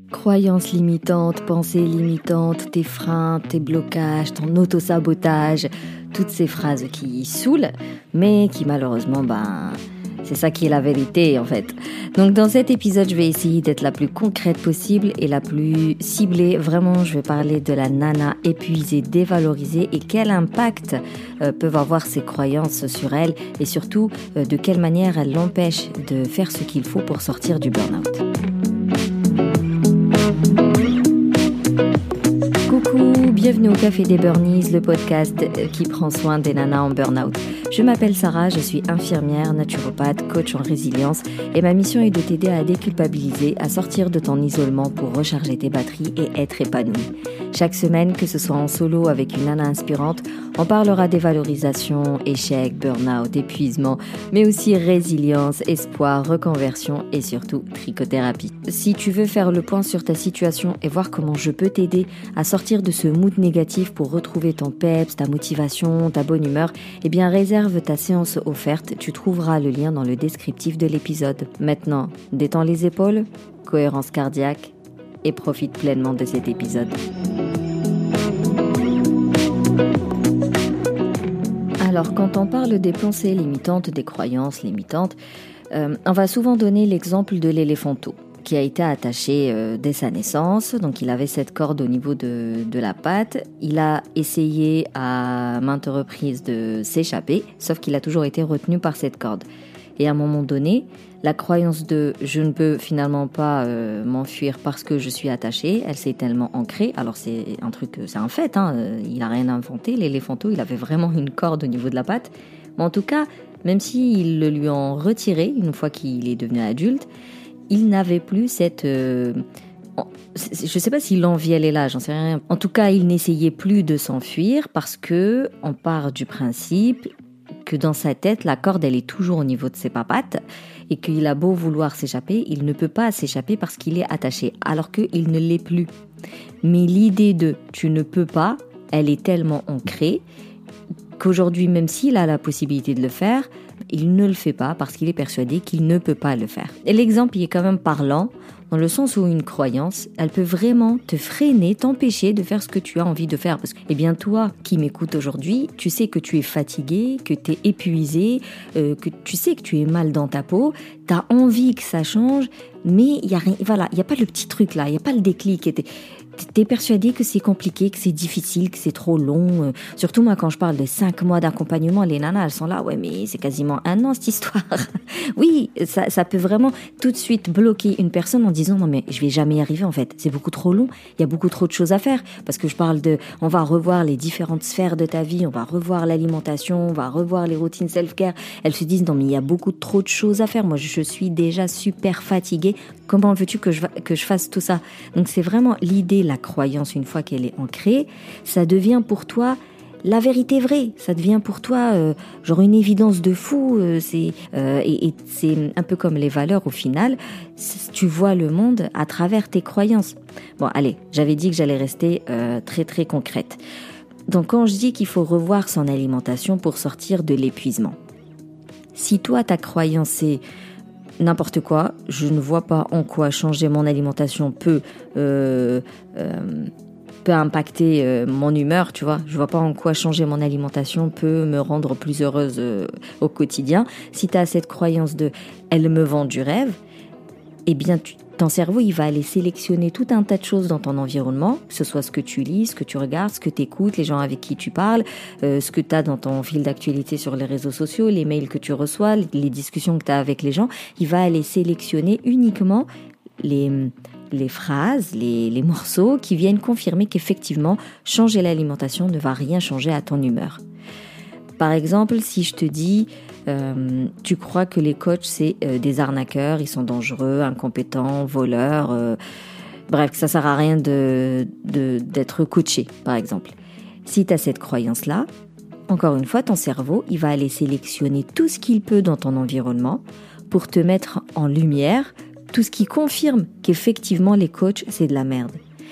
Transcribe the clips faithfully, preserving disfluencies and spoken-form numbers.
Croyances limitantes, pensées limitantes, tes freins, tes blocages, ton auto-sabotage, toutes ces phrases qui saoulent, mais qui malheureusement, ben, c'est ça qui est la vérité en fait. Donc dans cet épisode, je vais essayer d'être la plus concrète possible et la plus ciblée. Vraiment, je vais parler de la nana épuisée, dévalorisée et quel impact euh, peuvent avoir ces croyances sur elle et surtout euh, de quelle manière elles l'empêchent de faire ce qu'il faut pour sortir du burn-out. Coucou, bienvenue au Café des Burnies, le podcast qui prend soin des nanas en burn-out. Je m'appelle Sarah, je suis infirmière, naturopathe, coach en résilience et ma mission est de t'aider à déculpabiliser, à sortir de ton isolement pour recharger tes batteries et être épanouie. Chaque semaine, que ce soit en solo avec une nana inspirante, on parlera dévalorisation, échec, burn-out, épuisement, mais aussi résilience, espoir, reconversion et surtout trichothérapie. Si tu veux faire le point sur ta situation et voir comment je peux t'aider à sortir de ce mood négatif pour retrouver ton peps, ta motivation, ta bonne humeur, eh bien réserve ta séance offerte, tu trouveras le lien dans le descriptif de l'épisode. Maintenant, détends les épaules, cohérence cardiaque et profite pleinement de cet épisode. Alors, quand on parle des pensées limitantes, des croyances limitantes, euh, on va souvent donner l'exemple de l'éléphanteau qui a été attaché euh, dès sa naissance. Donc, il avait cette corde au niveau de, de la patte. Il a essayé à maintes reprises de s'échapper, sauf qu'il a toujours été retenu par cette corde. Et à un moment donné, la croyance de « je ne peux finalement pas euh, m'enfuir parce que je suis attachée », elle s'est tellement ancrée. Alors c'est un truc, c'est un fait, hein, il n'a rien inventé. L'éléphanteau, il avait vraiment une corde au niveau de la patte. Mais en tout cas, même s'ils le lui ont retiré une fois qu'il est devenu adulte, il n'avait plus cette... Euh, je ne sais pas s'il enviait les là, j'en sais rien. En tout cas, il n'essayait plus de s'enfuir parce que on part du principe que dans sa tête, la corde, elle est toujours au niveau de ses papates et qu'il a beau vouloir s'échapper, il ne peut pas s'échapper parce qu'il est attaché, alors qu'il ne l'est plus. Mais l'idée de « tu ne peux pas », elle est tellement ancrée qu'aujourd'hui, même s'il a la possibilité de le faire, il ne le fait pas parce qu'il est persuadé qu'il ne peut pas le faire. Et l'exemple il est quand même parlant, dans le sens où une croyance, elle peut vraiment te freiner, t'empêcher de faire ce que tu as envie de faire. Parce que, eh bien, toi qui m'écoutes aujourd'hui, tu sais que tu es fatigué, que tu es épuisé, euh, que tu sais que tu es mal dans ta peau, tu as envie que ça change, mais il y a rien, voilà, il y a pas le petit truc là, il y a pas le déclic. Tu es persuadé que c'est compliqué, que c'est difficile, que c'est trop long. Euh, surtout moi, quand je parle de cinq mois d'accompagnement, les nanas, elles sont là, ouais, mais c'est quasiment un an cette histoire. Oui, ça, ça peut vraiment tout de suite bloquer une personne en disant, non mais je vais jamais y arriver en fait, c'est beaucoup trop long, il y a beaucoup trop de choses à faire. Parce que je parle de, on va revoir les différentes sphères de ta vie, on va revoir l'alimentation, on va revoir les routines self-care. Elles se disent, non mais il y a beaucoup trop de choses à faire, moi je suis déjà super fatiguée, comment veux-tu que je, que je fasse tout ça? Donc c'est vraiment l'idée, la croyance, une fois qu'elle est ancrée, ça devient pour toi la vérité vraie. Ça devient pour toi euh, genre une évidence de fou. Euh, c'est, euh, et, et c'est un peu comme les valeurs au final. Tu vois le monde à travers tes croyances. Bon, allez, j'avais dit que j'allais rester euh, très très concrète. Donc quand je dis qu'il faut revoir son alimentation pour sortir de l'épuisement, si toi ta croyance c'est n'importe quoi, je ne vois pas en quoi changer mon alimentation peut euh, euh, peut impacter euh, mon humeur, tu vois. Je vois pas en quoi changer mon alimentation peut me rendre plus heureuse euh, au quotidien. Si tu as cette croyance de « elle me vend du rêve », eh bien tu, ton cerveau il va aller sélectionner tout un tas de choses dans ton environnement, que ce soit ce que tu lis, ce que tu regardes, ce que tu écoutes, les gens avec qui tu parles, euh, ce que tu as dans ton fil d'actualité sur les réseaux sociaux, les mails que tu reçois, les discussions que tu as avec les gens. Il va aller sélectionner uniquement les, les phrases, les, les morceaux qui viennent confirmer qu'effectivement, changer l'alimentation ne va rien changer à ton humeur. Par exemple, si je te dis euh, tu crois que les coachs c'est euh, des arnaqueurs, ils sont dangereux, incompétents, voleurs, euh, bref, que ça sert à rien de, de, d'être coaché, par exemple. Si tu as cette croyance-là, encore une fois, ton cerveau, il va aller sélectionner tout ce qu'il peut dans ton environnement pour te mettre en lumière tout ce qui confirme qu'effectivement les coachs c'est de la merde.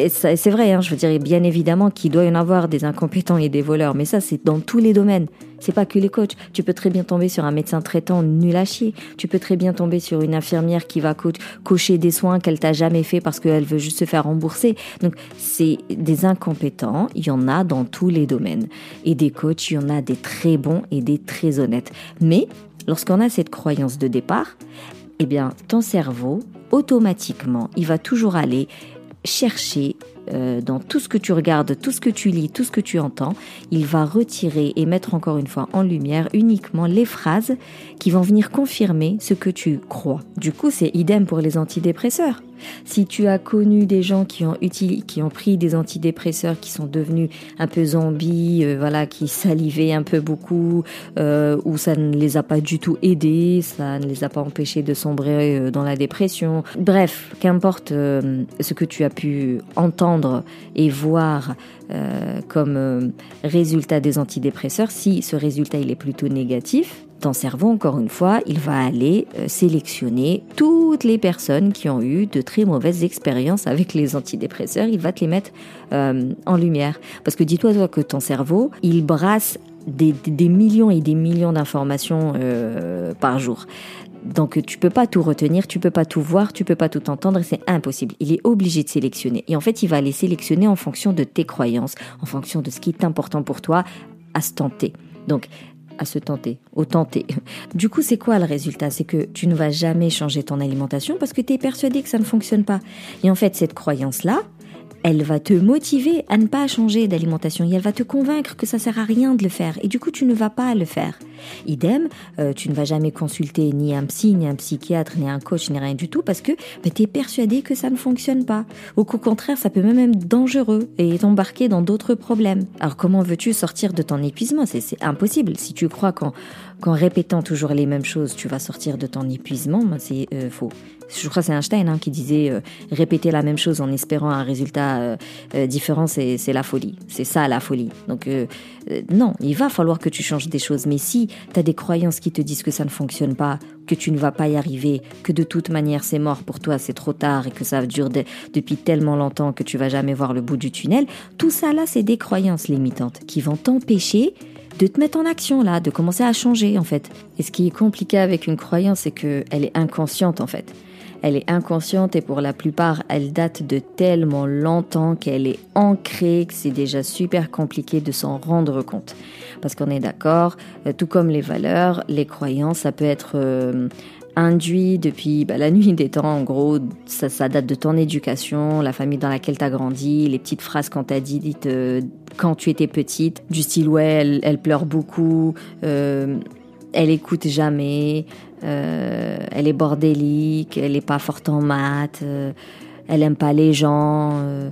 et ça, c'est vrai, hein, je veux dire, bien évidemment qu'il doit y en avoir des incompétents et des voleurs, mais ça, c'est dans tous les domaines. C'est pas que les coachs. Tu peux très bien tomber sur un médecin traitant nul à chier. Tu peux très bien tomber sur une infirmière qui va co- cocher des soins qu'elle t'a jamais fait parce qu'elle veut juste se faire rembourser. Donc, c'est des incompétents. Il y en a dans tous les domaines. Et des coachs, il y en a des très bons et des très honnêtes. Mais, lorsqu'on a cette croyance de départ, eh bien, ton cerveau, automatiquement, il va toujours aller chercher euh, dans tout ce que tu regardes, tout ce que tu lis, tout ce que tu entends, il va retirer et mettre encore une fois en lumière uniquement les phrases qui vont venir confirmer ce que tu crois. Du coup, c'est idem pour les antidépresseurs. Si tu as connu des gens qui ont utilisé, qui ont pris des antidépresseurs, qui sont devenus un peu zombies, euh, voilà, qui salivaient un peu beaucoup, euh, ou ça ne les a pas du tout aidés, ça ne les a pas empêchés de sombrer euh, dans la dépression. Bref, qu'importe euh, ce que tu as pu entendre et voir euh, comme euh, résultat des antidépresseurs, si ce résultat il est plutôt négatif, ton cerveau, encore une fois, il va aller euh, sélectionner toutes les personnes qui ont eu de très mauvaises expériences avec les antidépresseurs. Il va te les mettre euh, en lumière. Parce que dis-toi toi que ton cerveau, il brasse des, des millions et des millions d'informations euh, par jour. Donc tu peux pas tout retenir, tu peux pas tout voir, tu peux pas tout entendre, et c'est impossible. Il est obligé de sélectionner. Et en fait, il va les sélectionner en fonction de tes croyances, en fonction de ce qui est important pour toi à se tenter. Donc, à se tenter, au tenter. Du coup, c'est quoi le résultat? C'est que tu ne vas jamais changer ton alimentation parce que tu es persuadé que ça ne fonctionne pas. Et en fait, cette croyance-là, elle va te motiver à ne pas changer d'alimentation et elle va te convaincre que ça sert à rien de le faire. Et du coup, tu ne vas pas le faire. Idem, euh, tu ne vas jamais consulter ni un psy, ni un psychiatre, ni un coach, ni rien du tout parce que bah, tu es persuadé que ça ne fonctionne pas. Ou qu'au contraire, ça peut même être dangereux et t'embarquer dans d'autres problèmes. Alors comment veux-tu sortir de ton épuisement? C'est, c'est impossible. Si tu crois qu'en, qu'en répétant toujours les mêmes choses, tu vas sortir de ton épuisement, bah, c'est euh, faux. Je crois que c'est Einstein hein, qui disait euh, répéter la même chose en espérant un résultat euh, euh, différent, c'est, c'est la folie. C'est ça la folie. Donc euh, euh, non, il va falloir que tu changes des choses. Mais si tu as des croyances qui te disent que ça ne fonctionne pas, que tu ne vas pas y arriver, que de toute manière c'est mort pour toi, c'est trop tard et que ça dure de, depuis tellement longtemps que tu vas jamais voir le bout du tunnel, tout ça là c'est des croyances limitantes qui vont t'empêcher de te mettre en action là, de commencer à changer en fait. Et ce qui est compliqué avec une croyance, c'est qu'elle est inconsciente en fait. Elle est inconsciente et pour la plupart, elle date de tellement longtemps qu'elle est ancrée que c'est déjà super compliqué de s'en rendre compte. Parce qu'on est d'accord, euh, tout comme les valeurs, les croyances, ça peut être euh, induit depuis bah, la nuit des temps. En gros, ça, ça date de ton éducation, la famille dans laquelle tu as grandi, les petites phrases qu'on t'a dit, dites euh, quand tu étais petite, du style ouais, elle, elle pleure beaucoup, euh, elle écoute jamais, euh, elle est bordélique, elle est pas forte en maths, euh, elle aime pas les gens, euh,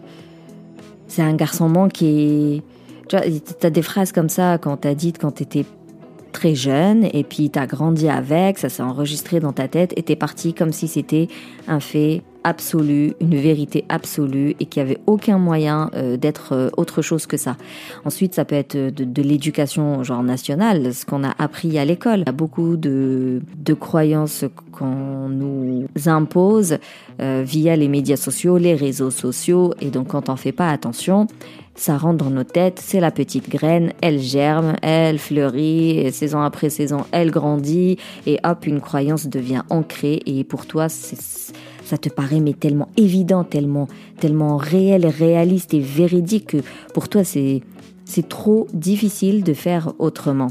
c'est un garçon manqué. Tu vois, t'as des phrases comme ça quand t'as dites quand t'étais très jeune et puis t'as grandi avec, ça s'est enregistré dans ta tête et t'es parti comme si c'était un fait absolu, une vérité absolue et qu'il n'y avait aucun moyen euh, d'être euh, autre chose que ça. Ensuite, ça peut être de, de l'éducation genre nationale, ce qu'on a appris à l'école. Il y a beaucoup de, de croyances qu'on nous impose euh, via les médias sociaux, les réseaux sociaux et donc quand on fait pas attention, ça rentre dans nos têtes, c'est la petite graine, elle germe, elle fleurit, et saison après saison, elle grandit, et hop, une croyance devient ancrée, et pour toi, c'est, ça te paraît mais tellement évident, tellement, tellement réel, réaliste et véridique que pour toi, c'est, c'est trop difficile de faire autrement.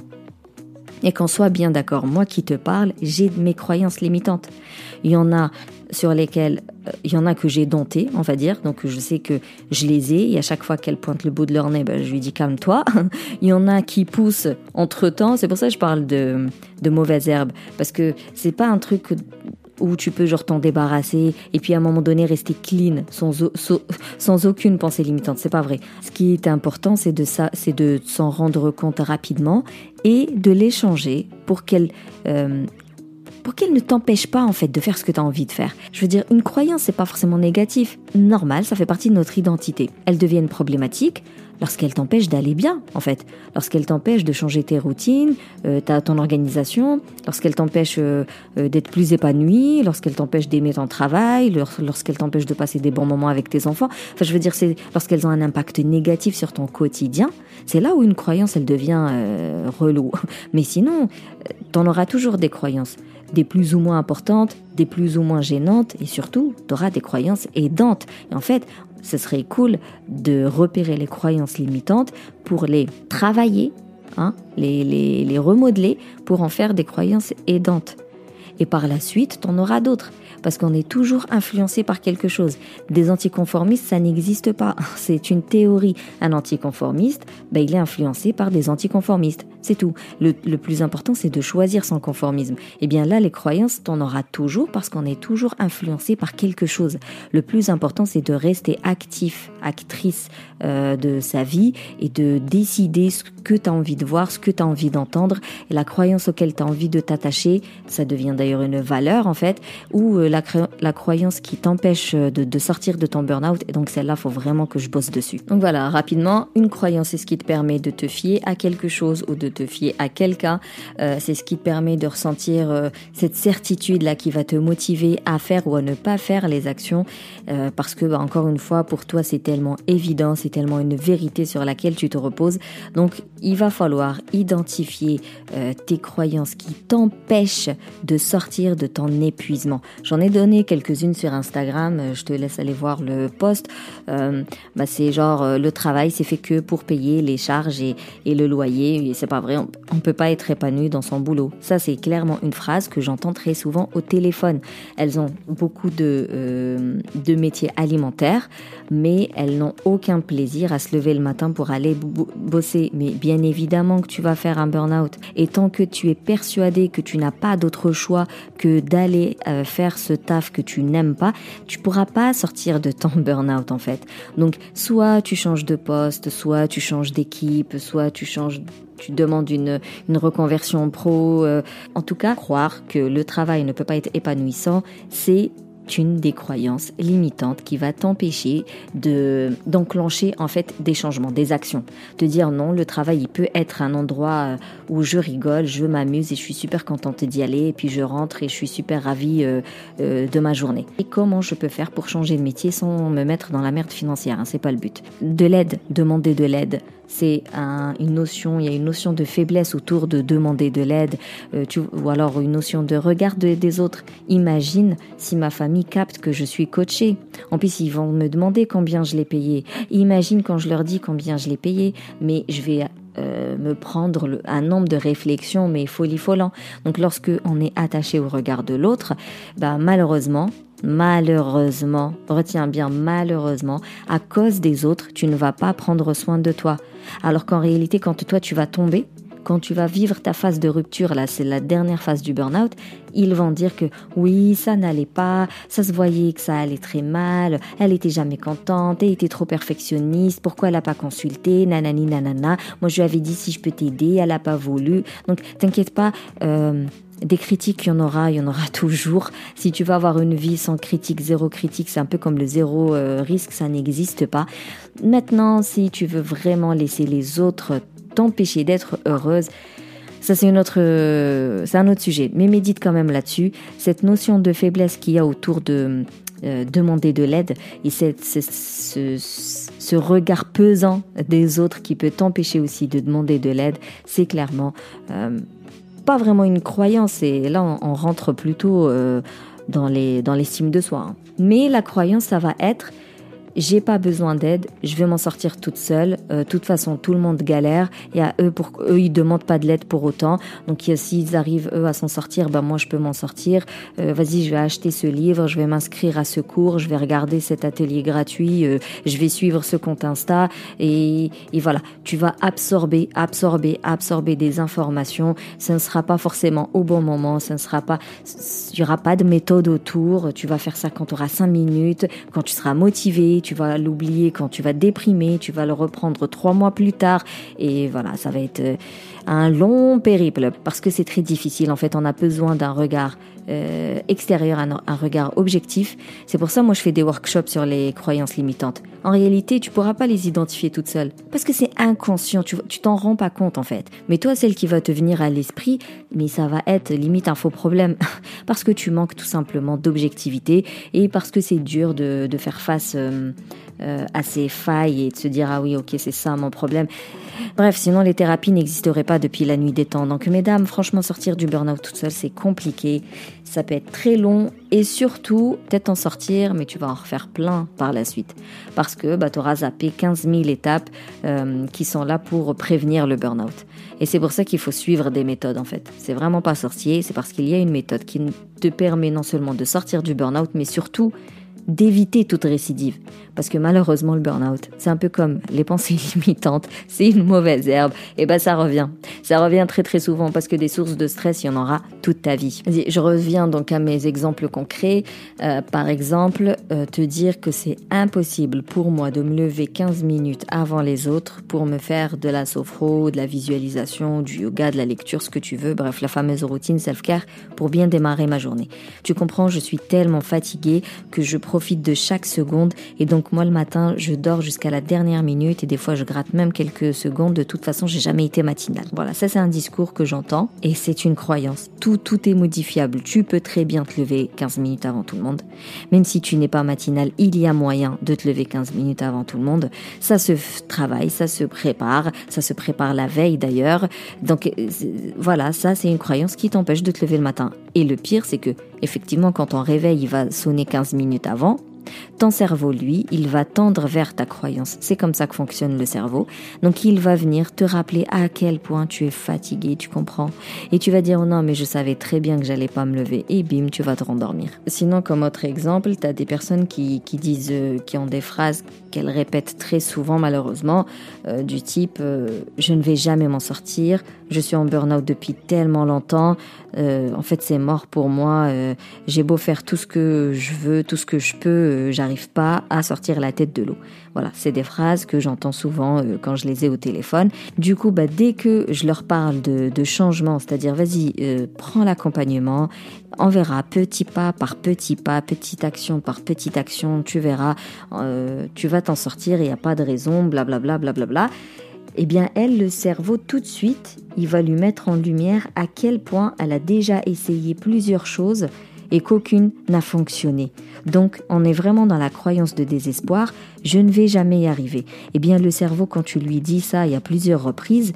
Et qu'on soit bien d'accord, moi qui te parle, j'ai mes croyances limitantes. Il y en a sur lesquelles, euh, il y en a que j'ai domptées, on va dire, donc je sais que je les ai, et à chaque fois qu'elle pointe le bout de leur nez, ben, je lui dis calme-toi. Il y en a qui poussent entre-temps, c'est pour ça que je parle de, de mauvaises herbes, parce que c'est pas un truc où tu peux genre t'en débarrasser et puis à un moment donné rester clean sans, sans, sans aucune pensée limitante, c'est pas vrai. Ce qui est important, c'est de ça, c'est de s'en rendre compte rapidement et de les changer pour qu'elles euh, pour qu'elle ne t'empêche pas en fait de faire ce que tu as envie de faire. Je veux dire, une croyance, c'est pas forcément négatif. Normal, ça fait partie de notre identité. Elles deviennent problématiques lorsqu'elles t'empêchent d'aller bien, en fait. Lorsqu'elles t'empêchent de changer tes routines, euh, ta, ton organisation, lorsqu'elles t'empêchent euh, euh, d'être plus épanoui, lorsqu'elles t'empêchent d'aimer ton travail, lors, lorsqu'elles t'empêchent de passer des bons moments avec tes enfants. Enfin, je veux dire, c'est lorsqu'elles ont un impact négatif sur ton quotidien, c'est là où une croyance, elle devient euh, relou. Mais sinon, t'en auras toujours des croyances. Des plus ou moins importantes, des plus ou moins gênantes, et surtout, tu auras des croyances aidantes. Et en fait, ce serait cool de repérer les croyances limitantes pour les travailler, hein, les, les, les remodeler pour en faire des croyances aidantes. Et par la suite, tu en auras d'autres. Parce qu'on est toujours influencé par quelque chose. Des anticonformistes, ça n'existe pas. C'est une théorie. Un anticonformiste, ben, il est influencé par des anticonformistes. C'est tout. Le, le plus important, c'est de choisir son conformisme. Et bien là, les croyances, t'en auras toujours parce qu'on est toujours influencé par quelque chose. Le plus important, c'est de rester actif, actrice euh, de sa vie et de décider ce que tu as envie de voir, ce que tu as envie d'entendre. Et la croyance auquel tu as envie de t'attacher, ça devient d'ailleurs une valeur en fait, ou euh, la, la croyance qui t'empêche de, de sortir de ton burn-out. Et donc celle-là, il faut vraiment que je bosse dessus. Donc voilà, rapidement, une croyance, c'est ce qui te permet de te fier à quelque chose ou de te fier à quelqu'un. Euh, c'est ce qui te permet de ressentir euh, cette certitude-là qui va te motiver à faire ou à ne pas faire les actions. Euh, parce que, bah, encore une fois, pour toi, c'est tellement évident, c'est tellement une vérité sur laquelle tu te reposes. Donc, il va falloir identifier euh, tes croyances qui t'empêchent de sortir de ton épuisement. J'en ai donné quelques-unes sur Instagram, je te laisse aller voir le post. Euh, bah c'est genre euh, le travail c'est fait que pour payer les charges et, et le loyer, et c'est pas vrai, on, on peut pas être épanoui dans son boulot. Ça c'est clairement une phrase que j'entends très souvent au téléphone. Elles ont beaucoup de, euh, de métiers alimentaires, mais elles n'ont aucun plaisir à se lever le matin pour aller bo- bosser. Mais bien évidemment que tu vas faire un burn-out. Et tant que tu es persuadé que tu n'as pas d'autre choix que d'aller euh, faire ce taf que tu n'aimes pas, tu pourras pas sortir de ton burn-out en fait. Donc soit tu changes de poste, soit tu changes d'équipe, soit tu changes, tu demandes une, une reconversion pro. Euh, en tout cas, croire que le travail ne peut pas être épanouissant, c'est une des croyances limitantes qui va t'empêcher de d'enclencher en fait des changements, des actions. Te dire non, le travail il peut être un endroit où je rigole, je m'amuse et je suis super contente d'y aller et puis je rentre et je suis super ravie euh, euh, de ma journée. Et comment je peux faire pour changer de métier sans me mettre dans la merde financière, hein, c'est pas le but. De l'aide, demander de l'aide, c'est un, une notion, il y a une notion de faiblesse autour de demander de l'aide, euh, tu, ou alors une notion de regard de, des autres. Imagine si ma famille capte que je suis coachée. En plus, ils vont me demander combien je l'ai payé. Imagine quand je leur dis combien je l'ai payé, mais je vais euh, me prendre le, un nombre de réflexions, mais folie folant. Donc, lorsque on est attaché au regard de l'autre, bah malheureusement, malheureusement, retiens bien malheureusement, à cause des autres, tu ne vas pas prendre soin de toi. Alors qu'en réalité, quand toi tu vas tomber, quand tu vas vivre ta phase de rupture, là c'est la dernière phase du burn-out, ils vont dire que oui, ça n'allait pas, ça se voyait que ça allait très mal, elle était jamais contente, elle était trop perfectionniste, pourquoi elle a pas consulté, nanani nanana, moi je lui avais dit si je peux t'aider, elle a pas voulu. Donc t'inquiète pas, euh, des critiques, il y en aura, il y en aura toujours. Si tu vas avoir une vie sans critique, zéro critique, c'est un peu comme le zéro euh, risque, ça n'existe pas. Maintenant, si tu veux vraiment laisser les autres t'empêcher d'être heureuse, ça c'est une autre, euh, c'est un autre sujet. Mais médite quand même là-dessus. Cette notion de faiblesse qu'il y a autour de euh, demander de l'aide et cette, ce, ce, ce regard pesant des autres qui peut t'empêcher aussi de demander de l'aide, c'est clairement euh, pas vraiment une croyance. Et là, on, on rentre plutôt euh, dans les, dans l'estime de soi. Hein. Mais la croyance, ça va être j'ai pas besoin d'aide, je vais m'en sortir toute seule. De euh, toute façon, tout le monde galère et à eux, pour eux, ils demandent pas de l'aide pour autant. Donc, s'ils arrivent eux à s'en sortir, ben moi, je peux m'en sortir. Euh, vas-y, je vais acheter ce livre, je vais m'inscrire à ce cours, je vais regarder cet atelier gratuit, euh, je vais suivre ce compte Insta et, et voilà. Tu vas absorber, absorber, absorber des informations. Ça ne sera pas forcément au bon moment, ça ne sera pas, il y aura pas de méthode autour. Tu vas faire ça quand tu auras cinq minutes, quand tu seras motivé. l'oublier, tu vas l'oublier quand tu vas déprimer, tu vas le reprendre trois mois plus tard et voilà, ça va être un long périple parce que c'est très difficile. En fait, on a besoin d'un regard euh, extérieur, un, un regard objectif. C'est pour ça, moi, je fais des workshops sur les croyances limitantes. En réalité, tu pourras pas les identifier toute seule parce que c'est inconscient, tu, tu t'en rends pas compte en fait. Mais toi, celle qui va te venir à l'esprit, mais ça va être limite un faux problème parce que tu manques tout simplement d'objectivité et parce que c'est dur de, de faire face euh, euh, à ces failles et de se dire ah oui, ok, c'est ça mon problème. Bref, sinon les thérapies n'existeraient pas depuis la nuit des temps. Donc mesdames, franchement, sortir du burn-out toute seule, c'est compliqué. Ça peut être très long et surtout, peut-être en sortir, mais tu vas en refaire plein par la suite. Parce que bah, tu auras zappé quinze mille étapes euh, qui sont là pour prévenir le burn-out. Et c'est pour ça qu'il faut suivre des méthodes en fait. C'est vraiment pas sorcier, c'est parce qu'il y a une méthode qui te permet non seulement de sortir du burn-out, mais surtout d'éviter toute récidive. Parce que malheureusement, le burn-out, c'est un peu comme les pensées limitantes. C'est une mauvaise herbe. Et ben, ça revient. Ça revient très très souvent parce que des sources de stress, il y en aura toute ta vie. Je reviens donc à mes exemples concrets. Euh, par exemple, euh, te dire que c'est impossible pour moi de me lever quinze minutes avant les autres pour me faire de la sophro, de la visualisation, du yoga, de la lecture, ce que tu veux. Bref, la fameuse routine self-care pour bien démarrer ma journée. Tu comprends, je suis tellement fatiguée que je profite de chaque seconde et donc moi le matin je dors jusqu'à la dernière minute et des fois je gratte même quelques secondes. De toute façon j'ai jamais été matinale. Voilà, ça c'est un discours que j'entends et c'est une croyance. Tout, tout est modifiable. Tu peux très bien te lever quinze minutes avant tout le monde. Même si tu n'es pas matinale, il y a moyen de te lever quinze minutes avant tout le monde. Ça se travaille, ça se prépare, ça se prépare la veille d'ailleurs. Donc voilà, ça c'est une croyance qui t'empêche de te lever le matin. Et le pire c'est que effectivement quand ton réveil il va sonner quinze minutes avant, ton cerveau, lui, il va tendre vers ta croyance. C'est comme ça que fonctionne le cerveau. Donc, il va venir te rappeler à quel point tu es fatigué, tu comprends? Et tu vas dire, oh non, mais je savais très bien que j'allais pas me lever. Et bim, tu vas te rendormir. Sinon, comme autre exemple, tu as des personnes qui, qui disent, euh, qui ont des phrases qu'elles répètent très souvent, malheureusement, euh, du type, euh, je ne vais jamais m'en sortir, je suis en burn-out depuis tellement longtemps, euh, en fait, c'est mort pour moi, euh, j'ai beau faire tout ce que je veux, tout ce que je peux, euh, j'arrive pas à sortir la tête de l'eau. Voilà, c'est des phrases que j'entends souvent euh, quand je les ai au téléphone. Du coup, bah, dès que je leur parle de, de changement, c'est-à-dire vas-y, euh, prends l'accompagnement, on verra petit pas par petit pas, petite action par petite action, tu verras, euh, tu vas t'en sortir, il n'y a pas de raison, blablabla, blablabla. Eh bien, elle, le cerveau, tout de suite, il va lui mettre en lumière à quel point elle a déjà essayé plusieurs choses et qu'aucune n'a fonctionné. Donc, on est vraiment dans la croyance de désespoir, je ne vais jamais y arriver. Eh bien, le cerveau, quand tu lui dis ça, il y a plusieurs reprises,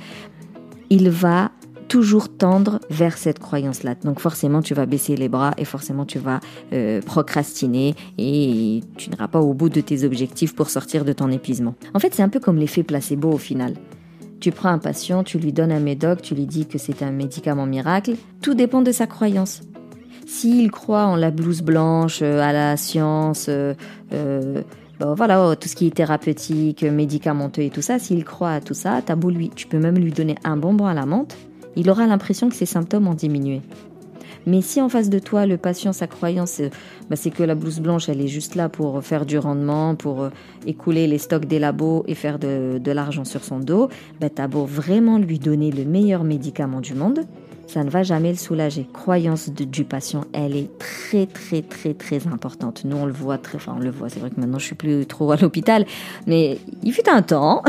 il va toujours tendre vers cette croyance-là. Donc forcément, tu vas baisser les bras et forcément, tu vas euh, procrastiner et tu n'iras pas au bout de tes objectifs pour sortir de ton épuisement. En fait, c'est un peu comme l'effet placebo au final. Tu prends un patient, tu lui donnes un médoc, tu lui dis que c'est un médicament miracle. Tout dépend de sa croyance. S'il croit en la blouse blanche, à la science, euh, euh, ben voilà, tout ce qui est thérapeutique, médicamenteux et tout ça, s'il croit à tout ça, t'as beau lui, tu peux même lui donner un bonbon à la menthe, il aura l'impression que ses symptômes ont diminué. Mais si en face de toi, le patient, sa croyance, bah c'est que la blouse blanche, elle est juste là pour faire du rendement, pour écouler les stocks des labos et faire de, de l'argent sur son dos, bah t'as beau vraiment lui donner le meilleur médicament du monde, ça ne va jamais le soulager. Croyance de, du patient, elle est très très très très importante. Nous on le voit très, enfin on le voit. C'est vrai que maintenant je suis plus trop à l'hôpital, mais il fut un temps,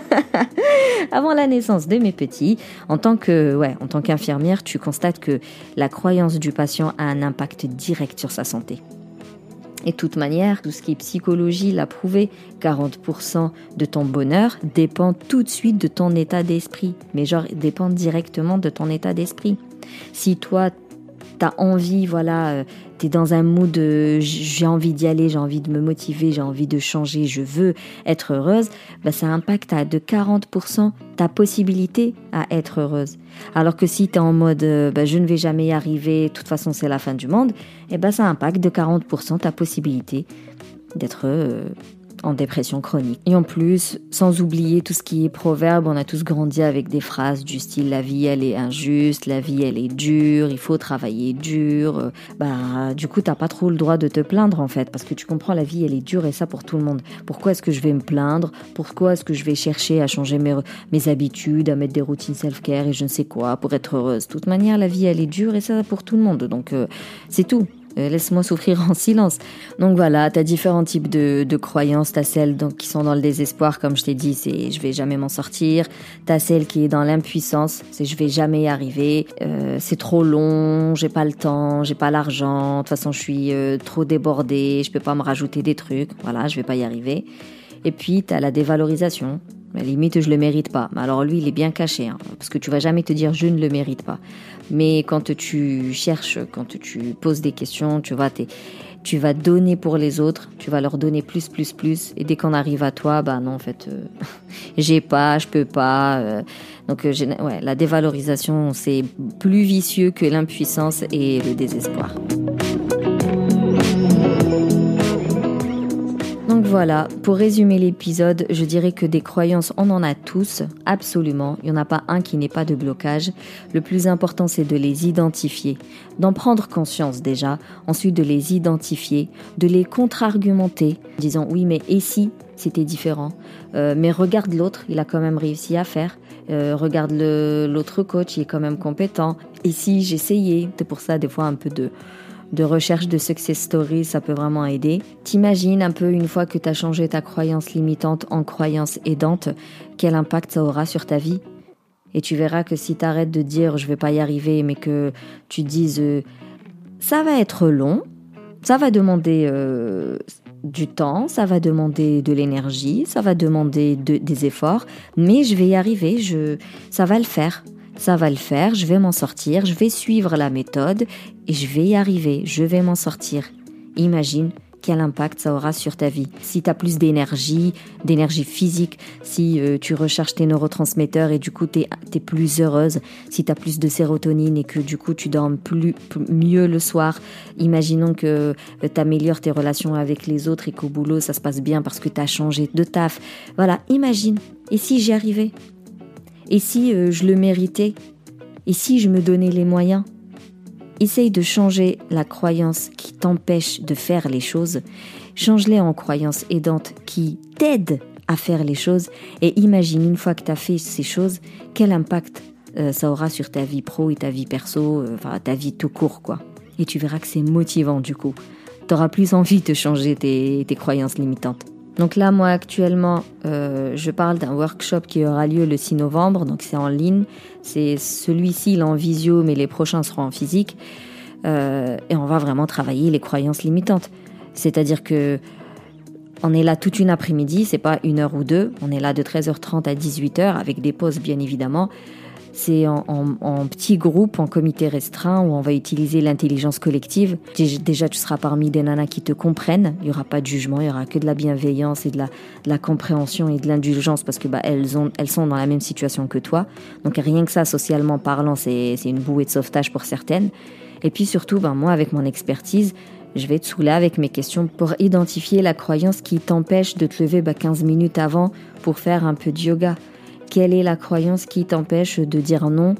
avant la naissance de mes petits, en tant que ouais, en tant qu'infirmière, tu constates que la croyance du patient a un impact direct sur sa santé. Et de toute manière, tout ce qui est psychologie l'a prouvé, quarante pour cent de ton bonheur dépend tout de suite de ton état d'esprit. Mais genre, dépend directement de ton état d'esprit. Si toi, t'as envie, voilà, euh, t'es dans un mood de j'ai envie d'y aller, j'ai envie de me motiver, j'ai envie de changer, je veux être heureuse, bah ça impacte à de quarante pour cent ta possibilité à être heureuse. Alors que si t'es en mode euh, bah, je ne vais jamais y arriver, de toute façon c'est la fin du monde, et bah ça impacte de quarante pour cent ta possibilité d'être euh, en dépression chronique. Et en plus, sans oublier tout ce qui est proverbe, on a tous grandi avec des phrases du style « la vie elle est injuste »,« la vie elle est dure »,« il faut travailler dur ». Bah, du coup, t'as pas trop le droit de te plaindre en fait, parce que tu comprends, la vie elle est dure et ça pour tout le monde. Pourquoi est-ce que je vais me plaindre ? Pourquoi est-ce que je vais chercher à changer mes, mes habitudes, à mettre des routines self-care et je ne sais quoi pour être heureuse ? De toute manière, la vie elle est dure et ça pour tout le monde, donc euh, c'est tout. Euh, laisse-moi souffrir en silence. Donc voilà, t'as différents types de, de croyances. T'as celles donc, qui sont dans le désespoir, comme je t'ai dit, c'est je vais jamais m'en sortir. T'as celle qui est dans l'impuissance, c'est je vais jamais y arriver. Euh, c'est trop long, j'ai pas le temps, j'ai pas l'argent. De toute façon, je suis euh, trop débordée, je peux pas me rajouter des trucs. Voilà, je vais pas y arriver. Et puis t'as la dévalorisation. À la limite, je le mérite pas. Alors lui, il est bien caché, hein, parce que tu vas jamais te dire je ne le mérite pas. Mais quand tu cherches, quand tu poses des questions, tu vois, t'es, tu vas donner pour les autres, tu vas leur donner plus, plus, plus. Et dès qu'on arrive à toi, bah non, en fait, euh, j'ai pas, je peux pas. Euh, donc, euh, ouais, la dévalorisation, c'est plus vicieux que l'impuissance et le désespoir. Donc voilà, pour résumer l'épisode, je dirais que des croyances, on en a tous, absolument. Il n'y en a pas un qui n'ait pas de blocage. Le plus important, c'est de les identifier, d'en prendre conscience déjà, ensuite de les identifier, de les contre-argumenter, en disant oui, mais et si c'était différent, euh, mais regarde l'autre, il a quand même réussi à faire. Euh, regarde le, l'autre coach, il est quand même compétent. Et si j'essayais, c'est pour ça des fois un peu de... de recherche de success stories, ça peut vraiment aider. T'imagines un peu, une fois que tu as changé ta croyance limitante en croyance aidante, quel impact ça aura sur ta vie. Et tu verras que si tu arrêtes de dire « je vais pas y arriver », mais que tu dises euh, « ça va être long, ça va demander euh, du temps, ça va demander de l'énergie, ça va demander de, des efforts, mais je vais y arriver, je, ça va le faire ». Ça va le faire, je vais m'en sortir, je vais suivre la méthode et je vais y arriver, je vais m'en sortir. Imagine quel impact ça aura sur ta vie. Si tu as plus d'énergie, d'énergie physique, si euh, tu recharges tes neurotransmetteurs et du coup tu es plus heureuse, si tu as plus de sérotonine et que du coup tu dors plus, plus, mieux le soir, imaginons que euh, tu améliores tes relations avec les autres et qu'au boulot ça se passe bien parce que tu as changé de taf. Voilà, imagine, et si j'y arrivais ? Et si euh, je le méritais ? Et si je me donnais les moyens ? Essaye de changer la croyance qui t'empêche de faire les choses. Change-les en croyance aidante qui t'aide à faire les choses. Et imagine, une fois que tu as fait ces choses, quel impact euh, ça aura sur ta vie pro et ta vie perso, euh, enfin ta vie tout court, quoi. Et tu verras que c'est motivant du coup. Tu auras plus envie de changer tes, tes croyances limitantes. Donc là, moi, actuellement, euh, je parle d'un workshop qui aura lieu le six novembre, donc c'est en ligne. C'est celui-ci, il est en visio, mais les prochains seront en physique. Euh, et on va vraiment travailler les croyances limitantes. C'est-à-dire que on est là toute une après-midi, c'est pas une heure ou deux. On est là de treize heures trente à dix-huit heures, avec des pauses, bien évidemment. C'est en, en, en petits groupes, en comité restreint, où on va utiliser l'intelligence collective. Déjà, tu seras parmi des nanas qui te comprennent. Il n'y aura pas de jugement, il n'y aura que de la bienveillance et de la, de la compréhension et de l'indulgence parce que bah, elles, ont, elles sont dans la même situation que toi. Donc rien que ça, socialement parlant, c'est, c'est une bouée de sauvetage pour certaines. Et puis surtout, bah, moi, avec mon expertise, je vais te saouler avec mes questions pour identifier la croyance qui t'empêche de te lever bah, quinze minutes avant pour faire un peu de yoga. Quelle est la croyance qui t'empêche de dire non,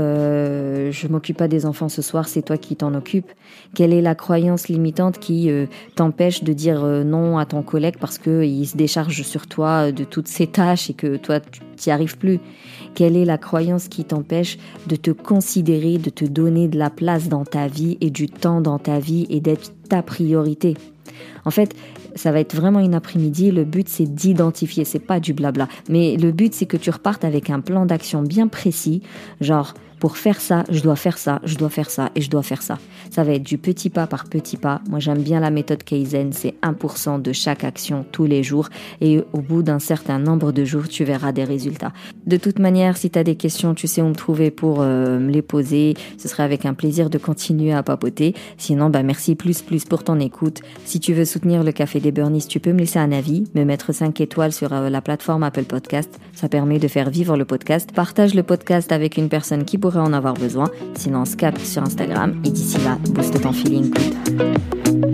euh, je m'occupe pas des enfants ce soir, c'est toi qui t'en occupes? Quelle est la croyance limitante qui euh, t'empêche de dire euh, non à ton collègue parce que il se décharge sur toi de toutes ses tâches et que toi tu t'y arrives plus? Quelle est la croyance qui t'empêche de te considérer, de te donner de la place dans ta vie et du temps dans ta vie et d'être ta priorité? En fait, ça va être vraiment une après-midi. Le but, c'est d'identifier, c'est pas du blabla. Mais le but, c'est que tu repartes avec un plan d'action bien précis. Genre, pour faire ça, je dois faire ça, je dois faire ça et je dois faire ça. Ça va être du petit pas par petit pas. Moi, j'aime bien la méthode Kaizen. C'est un pour cent de chaque action tous les jours. Et au bout d'un certain nombre de jours, tu verras des résultats. De toute manière, si tu as des questions, tu sais où me trouver pour euh, me les poser. Ce serait avec un plaisir de continuer à papoter. Sinon, bah, merci plus plus pour ton écoute. Si tu veux soutenir le Café des Burnies, tu peux me laisser un avis, me mettre cinq étoiles sur euh, la plateforme Apple Podcast. Ça permet de faire vivre le podcast. Partage le podcast avec une personne qui pourrait en avoir besoin. Sinon, on se capte sur Instagram. Et d'ici là, booste ton feeling good.